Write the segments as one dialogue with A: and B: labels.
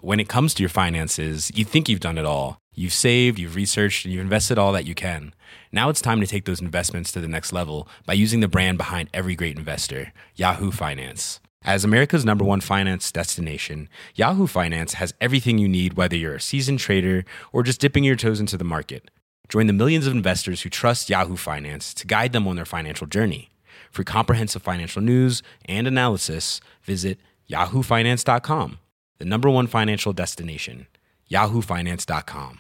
A: when it comes to your finances, you think you've done it all. You've saved, you've researched, and you've invested all that you can. Now it's time to take those investments to the next level by using the brand behind every great investor, Yahoo Finance. As America's #1 finance destination, Yahoo Finance has everything you need, whether you're a seasoned trader or just dipping your toes into the market. Join the millions of investors who trust Yahoo Finance to guide them on their financial journey. For comprehensive financial news and analysis, visit yahoofinance.com, the #1 financial destination, yahoofinance.com.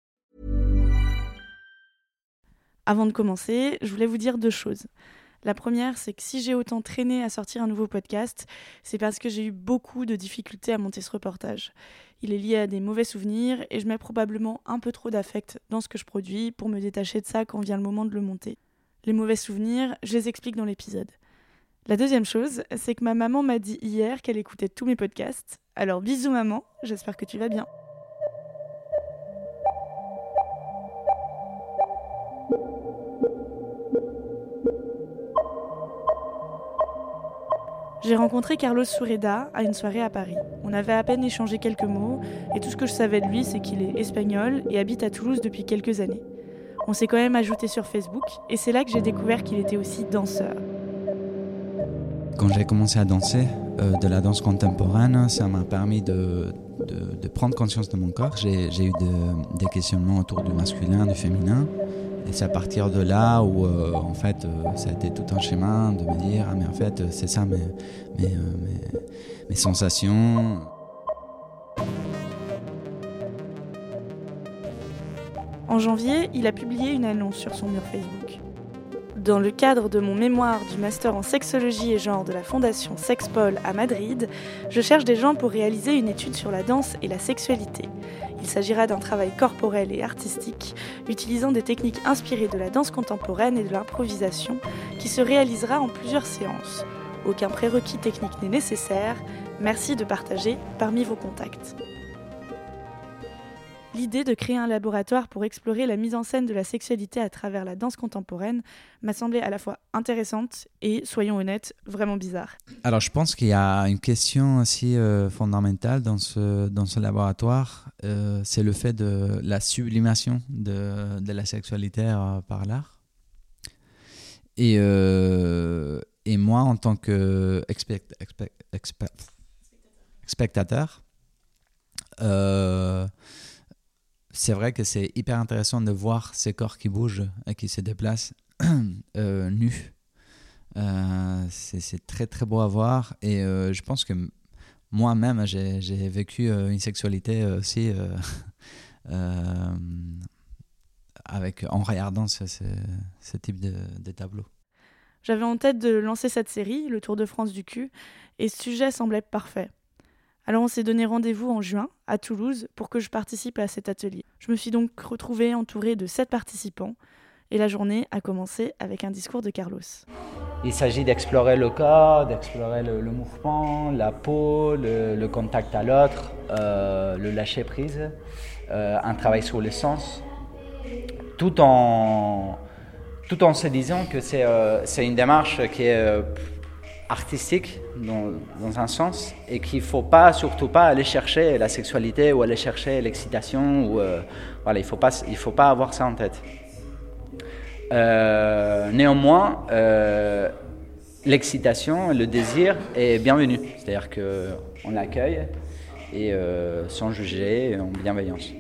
B: Avant de commencer, je voulais vous dire 2 choses. La première, c'est que si j'ai autant traîné à sortir un nouveau podcast, c'est parce que j'ai eu beaucoup de difficultés à monter ce reportage. Il est lié à des mauvais souvenirs et je mets probablement un peu trop d'affect dans ce que je produis pour me détacher de ça quand vient le moment de le monter. Les mauvais souvenirs, je les explique dans l'épisode. La deuxième chose, c'est que ma maman m'a dit hier qu'elle écoutait tous mes podcasts. Alors bisous maman, j'espère que tu vas bien. J'ai rencontré Carlos Sureda à une soirée à Paris. On avait à peine échangé quelques mots et tout ce que je savais de lui, c'est qu'il est espagnol et habite à Toulouse depuis quelques années. On s'est quand même ajouté sur Facebook et c'est là que j'ai découvert qu'il était aussi danseur.
C: Quand j'ai commencé à danser de la danse contemporaine, ça m'a permis de prendre conscience de mon corps. J'ai eu des questionnements autour du masculin, du féminin. Et c'est à partir de là où, en fait, ça a été tout un chemin de me dire « Ah, mais en fait, c'est ça mes sensations ».
B: En janvier, il a publié une annonce sur son mur Facebook. Dans le cadre de mon mémoire du master en sexologie et genre de la fondation Sexpol à Madrid, je cherche des gens pour réaliser une étude sur la danse et la sexualité. Il s'agira d'un travail corporel et artistique, utilisant des techniques inspirées de la danse contemporaine et de l'improvisation, qui se réalisera en plusieurs séances. Aucun prérequis technique n'est nécessaire. Merci de partager parmi vos contacts. L'idée de créer un laboratoire pour explorer la mise en scène de la sexualité à travers la danse contemporaine m'a semblé à la fois intéressante et, soyons honnêtes, vraiment bizarre.
C: Alors je pense qu'il y a une question aussi fondamentale dans ce laboratoire, c'est le fait de la sublimation de la sexualité par l'art. Et moi, en tant que spectateur, c'est vrai que c'est hyper intéressant de voir ces corps qui bougent et qui se déplacent nus. C'est très très beau à voir et je pense que moi-même j'ai vécu une sexualité aussi en regardant ce type de tableau.
B: J'avais en tête de lancer cette série, le Tour de France du cul, et ce sujet semblait parfait. Alors on s'est donné rendez-vous en juin, à Toulouse, pour que je participe à cet atelier. Je me suis donc retrouvée entourée de 7 participants, et la journée a commencé avec un discours de Carlos.
D: Il s'agit d'explorer le corps, d'explorer le mouvement, la peau, le contact à l'autre, le lâcher-prise, un travail sur les sens, tout en se disant que c'est une démarche qui est artistique dans un sens et qu'il ne faut surtout pas aller chercher la sexualité ou aller chercher l'excitation. Voilà, il faut pas avoir ça en tête. Néanmoins, l'excitation, le désir est bienvenu. C'est-à-dire qu'on l'accueille et sans juger, en bienveillance.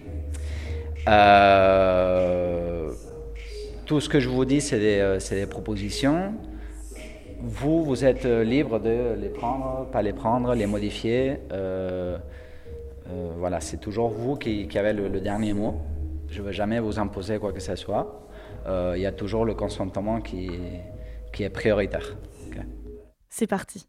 D: Tout ce que je vous dis, c'est des propositions. Vous êtes libre de les prendre, pas les prendre, les modifier. Voilà, c'est toujours vous qui avez le dernier mot. Je ne vais jamais vous imposer quoi que ce soit. Il y a toujours le consentement qui est prioritaire. Okay.
B: C'est parti.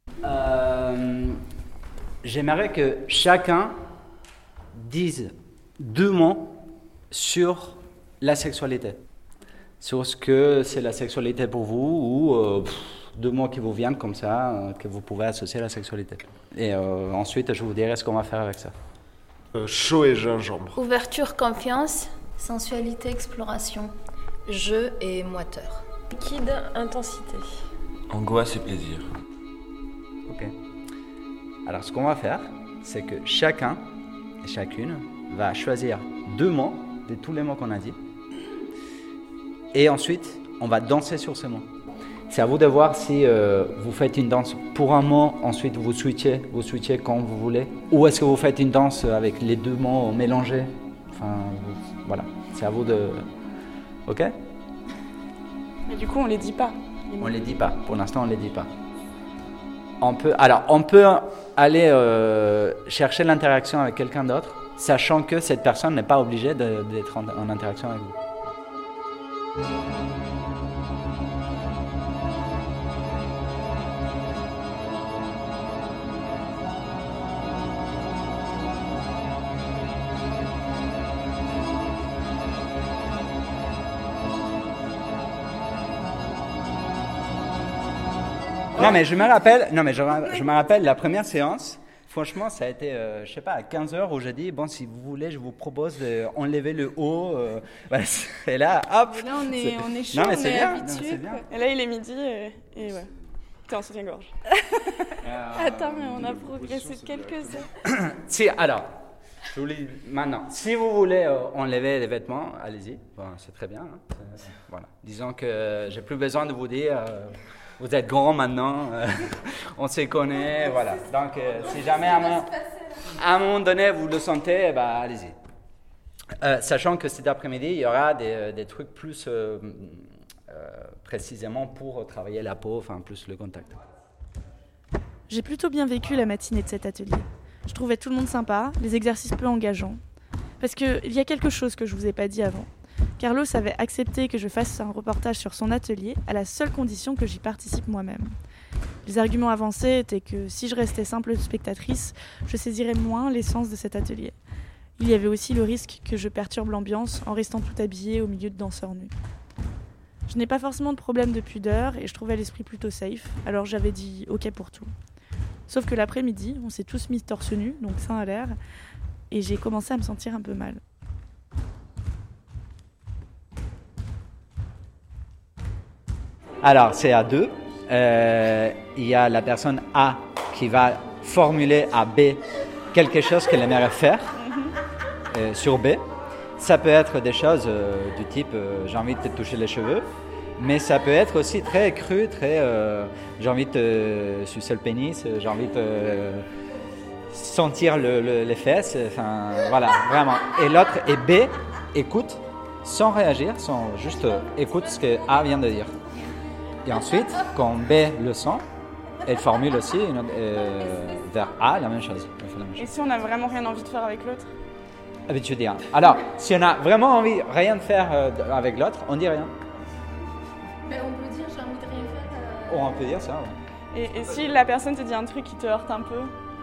D: J'aimerais que chacun dise 2 mots sur la sexualité. Sur ce que c'est la sexualité pour vous ou 2 mots qui vous viennent comme ça, que vous pouvez associer à la sexualité. Et ensuite, je vous dirai ce qu'on va faire avec ça.
E: Chaud et gingembre.
F: Ouverture, confiance. Sensualité, exploration. Jeu et moiteur.
G: Liquide, intensité.
E: Angoisse et plaisir.
D: Ok. Alors, ce qu'on va faire, c'est que chacun chacune va choisir 2 mots de tous les mots qu'on a dit. Et ensuite, on va danser sur ces mots. C'est à vous de voir si vous faites une danse pour un mot, ensuite vous switchez quand vous voulez. Ou est-ce que vous faites une danse avec les 2 mots mélangés. Enfin, voilà, c'est à vous de... Ok ?
B: Mais du coup, on les dit pas.
D: On les dit pas. Pour l'instant, on les dit pas. On peut aller chercher l'interaction avec quelqu'un d'autre, sachant que cette personne n'est pas obligée d'être en interaction avec vous. Non mais je me rappelle la première séance. Franchement, ça a été, je sais pas, à 15h où j'ai dit, bon, si vous voulez, je vous propose d'enlever le haut. Voilà. Et là, hop.
B: Et là, on est chaud,
D: non, mais
B: on
D: c'est
B: est
D: bien,
B: habitué.
D: c'est bien.
B: Et là, il est midi et ouais. T'es en soutien-gorge. Attends, mais on a progressé de quelques heures.
D: Si, alors, je vous le dis maintenant. Si vous voulez enlever les vêtements, allez-y. Bon, c'est très bien. Hein. Voilà. Disons que j'ai plus besoin de vous dire... vous êtes grand maintenant, on se connaît, voilà. Donc, si jamais à un moment donné vous le sentez, bah, allez-y. Sachant que cet après-midi, il y aura des trucs plus précisément pour travailler la peau, enfin plus le contact.
B: J'ai plutôt bien vécu la matinée de cet atelier. Je trouvais tout le monde sympa, les exercices peu engageants. Parce qu'il y a quelque chose que je vous ai pas dit avant. Carlos avait accepté que je fasse un reportage sur son atelier à la seule condition que j'y participe moi-même. Les arguments avancés étaient que si je restais simple spectatrice, je saisirais moins l'essence de cet atelier. Il y avait aussi le risque que je perturbe l'ambiance en restant tout habillée au milieu de danseurs nus. Je n'ai pas forcément de problème de pudeur et je trouvais l'esprit plutôt safe, alors j'avais dit ok pour tout. Sauf que l'après-midi, on s'est tous mis torse nu, donc seins à l'air, et j'ai commencé à me sentir un peu mal.
D: Alors, c'est à 2. Il y a la personne A qui va formuler à B quelque chose qu'elle aimerait faire sur B. Ça peut être des choses du type j'ai envie de te toucher les cheveux, mais ça peut être aussi très cru, très j'ai envie de te sucer le pénis, j'ai envie de sentir les fesses, enfin voilà, vraiment. Et l'autre, et B, écoute sans réagir, juste écoute ce que A vient de dire. Et ensuite, quand B le sent, elle formule aussi vers A la même chose.
B: Et si on n'a vraiment rien envie de faire avec l'autre ?
D: Ah ben tu dis rien. Alors, si on a vraiment envie rien de faire avec l'autre, on dit rien.
F: Mais on peut dire j'ai envie de rien faire.
D: On peut dire ça, ouais.
B: Et si la personne te dit un truc qui te heurte un peu ?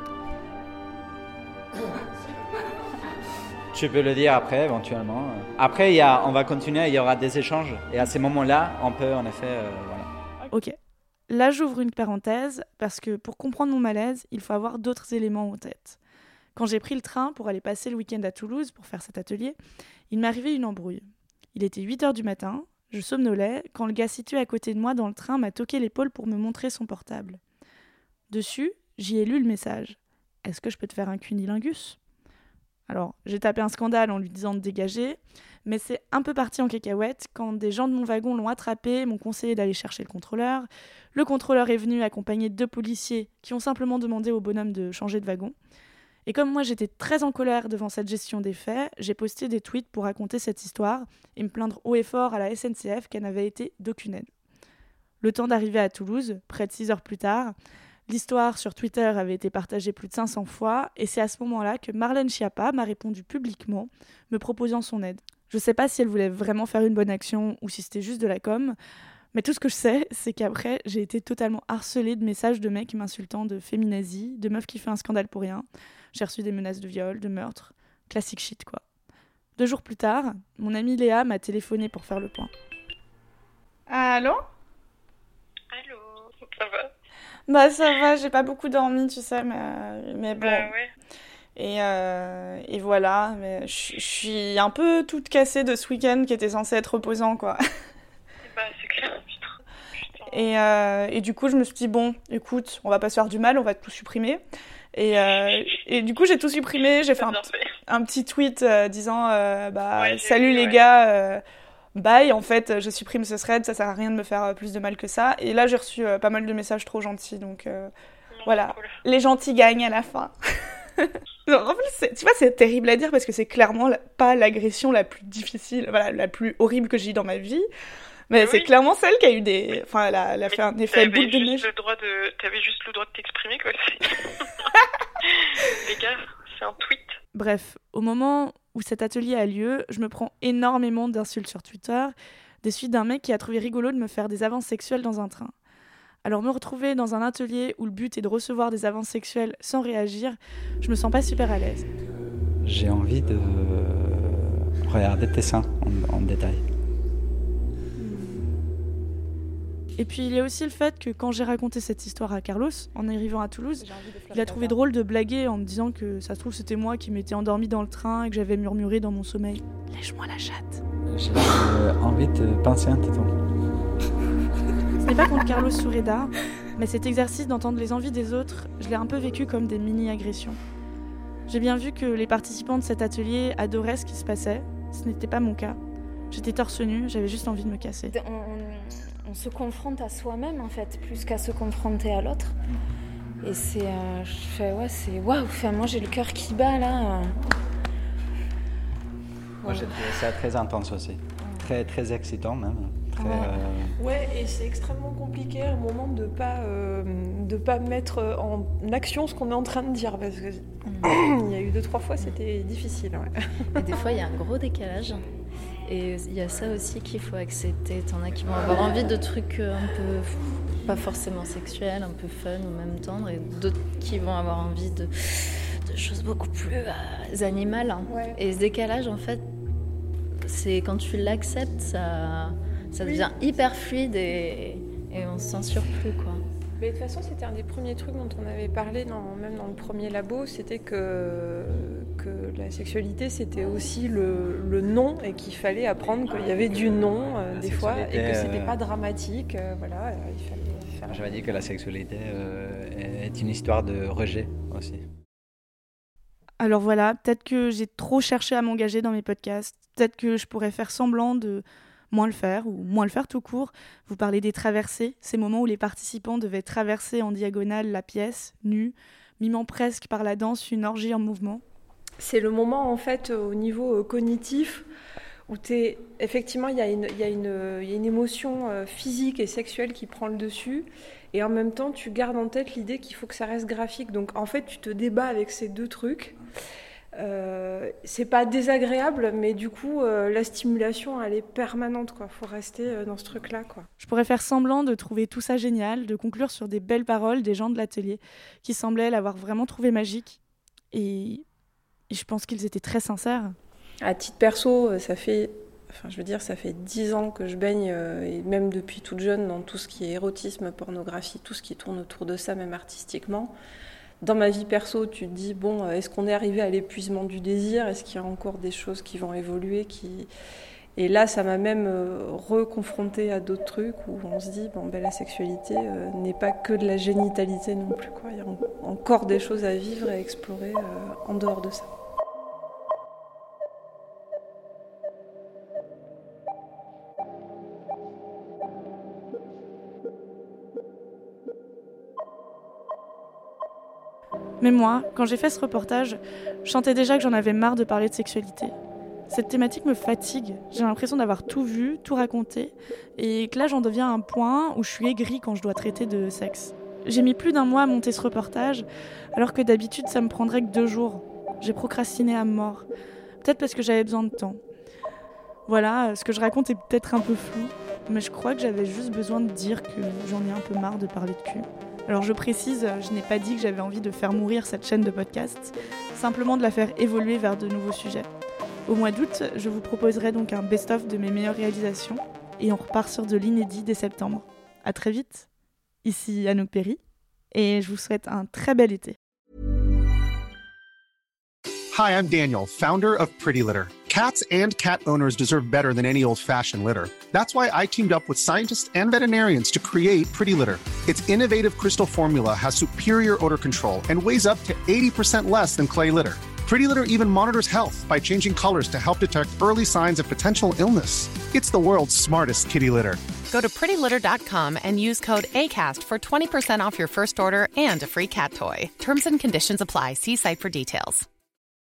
D: Tu peux le dire après, éventuellement. Après, on va continuer, il y aura des échanges. Et à ces moments-là, on peut en effet... voilà.
B: Ok. Là, j'ouvre une parenthèse parce que pour comprendre mon malaise, il faut avoir d'autres éléments en tête. Quand j'ai pris le train pour aller passer le week-end à Toulouse pour faire cet atelier, il m'est arrivé une embrouille. Il était 8h du matin, je somnolais, quand le gars situé à côté de moi dans le train m'a toqué l'épaule pour me montrer son portable. Dessus, j'y ai lu le message. « Est-ce que je peux te faire un cunilingus ?» Alors, j'ai tapé un scandale en lui disant de dégager, mais c'est un peu parti en cacahuète quand des gens de mon wagon l'ont attrapé, m'ont conseillé d'aller chercher le contrôleur. Le contrôleur est venu accompagné de 2 policiers qui ont simplement demandé au bonhomme de changer de wagon. Et comme moi j'étais très en colère devant cette gestion des faits, j'ai posté des tweets pour raconter cette histoire et me plaindre haut et fort à la SNCF qu'elle n'avait été d'aucune aide. Le temps d'arriver à Toulouse, près de 6 heures plus tard, l'histoire sur Twitter avait été partagée plus de 500 fois et c'est à ce moment-là que Marlène Schiappa m'a répondu publiquement, me proposant son aide. Je sais pas si elle voulait vraiment faire une bonne action ou si c'était juste de la com, mais tout ce que je sais, c'est qu'après, j'ai été totalement harcelée de messages de mecs m'insultant de féminazie, de meufs qui fait un scandale pour rien. J'ai reçu des menaces de viol, de meurtre. Classique shit, quoi. 2 jours plus tard, mon amie Léa m'a téléphoné pour faire le point. Allô ?
G: Allô, ça va ?
B: Bah ça va, j'ai pas beaucoup dormi, tu sais, mais bon.
G: Bah ouais.
B: Et voilà, mais je suis un peu toute cassée de ce week-end qui était censé être reposant, quoi.
G: Bah c'est clair, putain.
B: Et du coup, je me suis dit, bon, écoute, on va pas se faire du mal, on va tout supprimer. Et du coup, j'ai tout supprimé. J'ai fait
G: Bien fait.
B: un petit tweet disant
G: Ouais, j'ai
B: salut
G: vu,
B: les
G: ouais.
B: gars, bye. En fait, je supprime ce thread, ça sert à rien de me faire plus de mal que ça. Et là, j'ai reçu pas mal de messages trop gentils, donc voilà.
G: Cool.
B: Les gentils gagnent à la fin. En plus, tu vois, c'est terrible à dire parce que c'est clairement pas l'agression la plus difficile, voilà, la plus horrible que j'ai eue dans ma vie. Mais c'est
G: Oui.
B: clairement celle qui a eu des. Enfin, elle a fait un effet boule de neige.
G: T'avais juste le droit de t'exprimer, quoi. Les gars, c'est un tweet.
B: Bref, au moment où cet atelier a lieu, je me prends énormément d'insultes sur Twitter, des suites d'un mec qui a trouvé rigolo de me faire des avances sexuelles dans un train. Alors me retrouver dans un atelier où le but est de recevoir des avances sexuelles sans réagir, je me sens pas super à l'aise.
C: J'ai envie de regarder tes seins en détail.
B: Et puis il y a aussi le fait que quand j'ai raconté cette histoire à Carlos, en arrivant à Toulouse, il a trouvé drôle de blaguer en me disant que ça se trouve c'était moi qui m'étais endormie dans le train et que j'avais murmuré dans mon sommeil « Lèche-moi la chatte ».
C: J'ai envie de pincer un téton.
B: Ce n'est pas contre Carlos Sureda, mais cet exercice d'entendre les envies des autres, je l'ai un peu vécu comme des mini-agressions. J'ai bien vu que les participants de cet atelier adoraient ce qui se passait. Ce n'était pas mon cas. J'étais torse nu, j'avais juste envie de me casser.
H: On se confronte à soi-même en fait, plus qu'à se confronter à l'autre. Et c'est, je fais ouais, c'est waouh. Enfin, moi j'ai le cœur qui bat là.
C: Moi j'ai trouvé ça très intense aussi, très très excitant même.
I: Ouais, et c'est extrêmement compliqué à un moment de pas mettre en action ce qu'on est en train de dire parce que il y a eu 2-3 fois c'était difficile. Ouais.
H: Et des fois il y a un gros décalage. Et il y a ça aussi qu'il faut accepter. T'en as qui vont avoir envie de trucs un peu, pas forcément sexuels, un peu fun ou même tendres, et d'autres qui vont avoir envie de choses beaucoup plus animales.
I: Ouais.
H: Et ce décalage, en fait, c'est quand tu l'acceptes, ça devient hyper fluide et on se censure plus, quoi.
I: Mais de toute façon, c'était un des premiers trucs dont on avait parlé, même dans le premier labo, c'était que la sexualité, c'était aussi le non, et qu'il fallait apprendre qu'il y avait du non des fois, et que c'était pas dramatique. Voilà, il fallait faire...
C: J'avais dit que la sexualité est une histoire de rejet aussi.
B: Alors voilà, peut-être que j'ai trop cherché à m'engager dans mes podcasts, peut-être que je pourrais faire semblant de moins le faire, ou moins le faire tout court. Vous parlez des traversées, ces moments où les participants devaient traverser en diagonale la pièce, nus, mimant presque par la danse une orgie en mouvement.
I: C'est le moment, en fait, au niveau cognitif, où effectivement, il y a une émotion physique et sexuelle qui prend le dessus, et en même temps, tu gardes en tête l'idée qu'il faut que ça reste graphique. Donc, en fait, tu te débats avec ces deux trucs. C'est pas désagréable, mais du coup, la stimulation, elle est permanente, quoi. Faut rester dans ce truc-là, quoi.
B: Je pourrais faire semblant de trouver tout ça génial, de conclure sur des belles paroles des gens de l'atelier, qui semblaient l'avoir vraiment trouvé magique. Et je pense qu'ils étaient très sincères.
I: À titre perso, ça fait 10 ans que je baigne, et même depuis toute jeune, dans tout ce qui est érotisme, pornographie, tout ce qui tourne autour de ça, même artistiquement. Dans ma vie perso, tu te dis, bon, est-ce qu'on est arrivé à l'épuisement du désir ? Est-ce qu'il y a encore des choses qui vont évoluer Et là, ça m'a même reconfrontée à d'autres trucs où on se dit, la sexualité n'est pas que de la génitalité non plus, quoi. Il y a encore des choses à vivre et à explorer en dehors de ça.
B: Mais moi, quand j'ai fait ce reportage, je sentais déjà que j'en avais marre de parler de sexualité. Cette thématique me fatigue, j'ai l'impression d'avoir tout vu, tout raconté, et que là j'en deviens à un point où je suis aigrie quand je dois traiter de sexe. J'ai mis plus d'1 mois à monter ce reportage, alors que d'habitude ça me prendrait que 2 jours. J'ai procrastiné à mort, peut-être parce que j'avais besoin de temps. Voilà, ce que je raconte est peut-être un peu flou, mais je crois que j'avais juste besoin de dire que j'en ai un peu marre de parler de cul. Alors je précise, je n'ai pas dit que j'avais envie de faire mourir cette chaîne de podcast, simplement de la faire évoluer vers de nouveaux sujets. Au mois d'août, je vous proposerai donc un best-of de mes meilleures réalisations, et on repart sur de l'inédit dès septembre. À très vite, ici Anouk Perry, et je vous souhaite un très bel été.
J: Hi, I'm Daniel, founder of Pretty Litter. Cats and cat owners deserve better than any old-fashioned litter. That's why I teamed up with scientists and veterinarians to create Pretty Litter. Its innovative crystal formula has superior odor control and weighs up to 80% less than clay litter. Pretty Litter even monitors health by changing colors to help detect early signs of potential illness. It's the world's smartest kitty litter.
K: Go to prettylitter.com and use code ACAST for 20% off your first order and a free cat toy. Terms and conditions apply. See site for details.